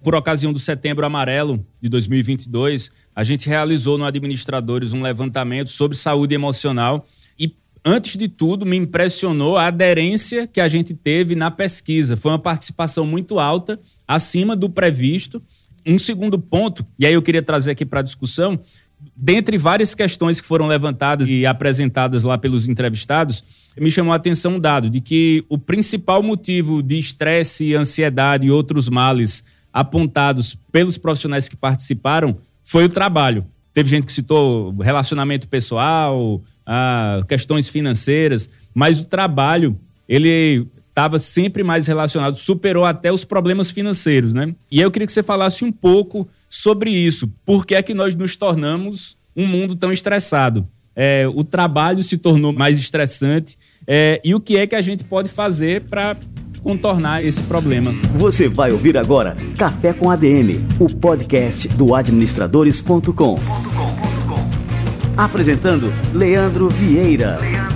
Por ocasião do Setembro Amarelo de 2022, a gente realizou no Administradores um levantamento sobre saúde emocional e, antes de tudo, me impressionou a aderência que a gente teve na pesquisa. Foi uma participação muito alta, acima do previsto. Um segundo ponto, e aí eu queria trazer aqui para a discussão, dentre várias questões que foram levantadas e apresentadas lá pelos entrevistados, me chamou a atenção um dado de que o principal motivo de estresse, ansiedade e outros males apontados pelos profissionais que participaram foi o trabalho. Teve gente que citou relacionamento pessoal, questões financeiras, mas o trabalho, ele estava sempre mais relacionado, superou até os problemas financeiros, né? E eu queria que você falasse um pouco sobre isso. Por que é que nós nos tornamos um mundo tão estressado? O trabalho se tornou mais estressante e o que é que a gente pode fazer para contornar esse problema? Você vai ouvir agora Café com ADM, o podcast do administradores.com. Apresentando Leandro Vieira.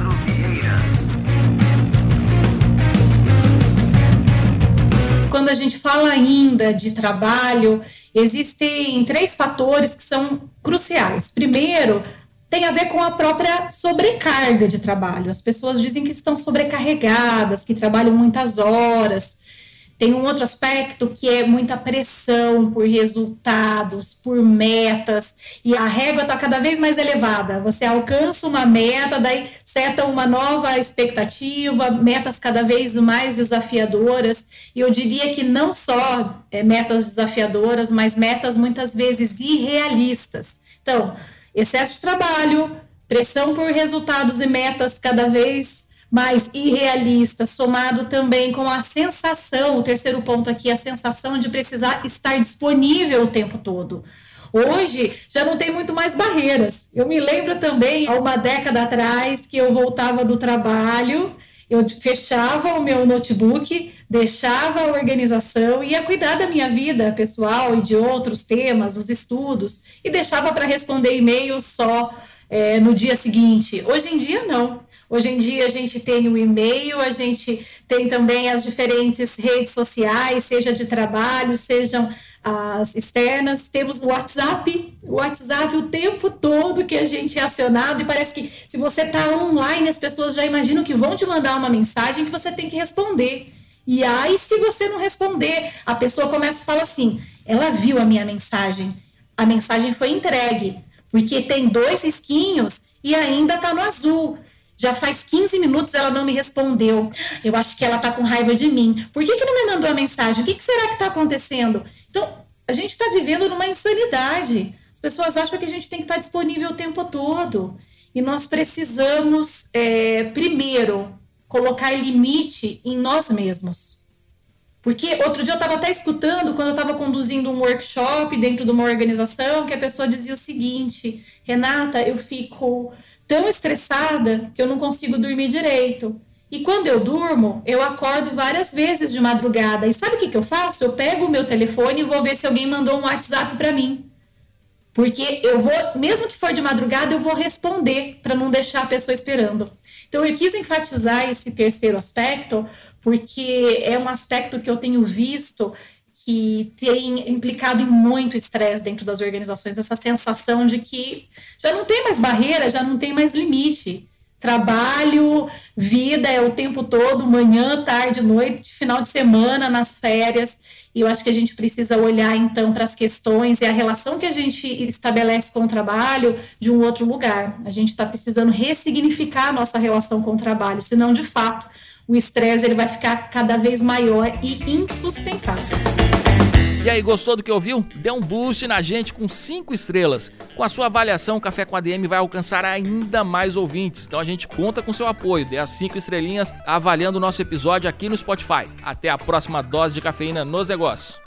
Quando a gente fala ainda de trabalho, existem 3 fatores que são cruciais. Primeiro, tem a ver com a própria sobrecarga de trabalho. As pessoas dizem que estão sobrecarregadas, que trabalham muitas horas. Tem um outro aspecto que é muita pressão por resultados, por metas, e a régua está cada vez mais elevada. Você alcança uma meta, daí seta uma nova expectativa, metas cada vez mais desafiadoras, e eu diria que não só metas desafiadoras, mas metas muitas vezes irrealistas. Então, excesso de trabalho, pressão por resultados e metas cada vez mais irrealistas, somado também com a sensação, o terceiro ponto aqui, a sensação de precisar estar disponível o tempo todo. Hoje já não tem muito mais barreiras. Eu me lembro também, há uma década atrás, que eu voltava do trabalho, eu fechava o meu notebook, deixava a organização, ia cuidar da minha vida pessoal e de outros temas, os estudos, e deixava para responder e-mail só no dia seguinte. Hoje em dia, não. Hoje em dia a gente tem o e-mail, a gente tem também as diferentes redes sociais, seja de trabalho, sejam as externas, temos o WhatsApp o tempo todo que a gente é acionado, e parece que se você está online, as pessoas já imaginam que vão te mandar uma mensagem que você tem que responder. E aí, se você não responder, a pessoa começa a falar assim, ela viu a minha mensagem, a mensagem foi entregue, porque tem 2 risquinhos e ainda está no azul. Já faz 15 minutos ela não me respondeu. Eu acho que ela está com raiva de mim. Por que não me mandou a mensagem? O que será que está acontecendo? Então, a gente está vivendo numa insanidade. As pessoas acham que a gente tem que estar disponível o tempo todo. E nós precisamos, primeiro, colocar limite em nós mesmos. Porque outro dia eu estava até escutando, quando eu estava conduzindo um workshop dentro de uma organização, que a pessoa dizia o seguinte: Renata, eu fico tão estressada que eu não consigo dormir direito. E quando eu durmo, eu acordo várias vezes de madrugada. E sabe o que eu faço? Eu pego o meu telefone e vou ver se alguém mandou um WhatsApp para mim. Porque eu vou, mesmo que for de madrugada, eu vou responder para não deixar a pessoa esperando. Então eu quis enfatizar esse terceiro aspecto, porque é um aspecto que eu tenho visto que tem implicado em muito estresse dentro das organizações, essa sensação de que já não tem mais barreira, já não tem mais limite. Trabalho, vida é o tempo todo, manhã, tarde, noite, final de semana, nas férias. E eu acho que a gente precisa olhar, então, para as questões e a relação que a gente estabelece com o trabalho de um outro lugar. A gente está precisando ressignificar a nossa relação com o trabalho, senão, de fato, o estresse ele vai ficar cada vez maior e insustentável. E aí, gostou do que ouviu? Dê um boost na gente com 5 estrelas. Com a sua avaliação, o Café com ADM vai alcançar ainda mais ouvintes. Então a gente conta com seu apoio. Dê as 5 estrelinhas avaliando o nosso episódio aqui no Spotify. Até a próxima dose de cafeína nos negócios.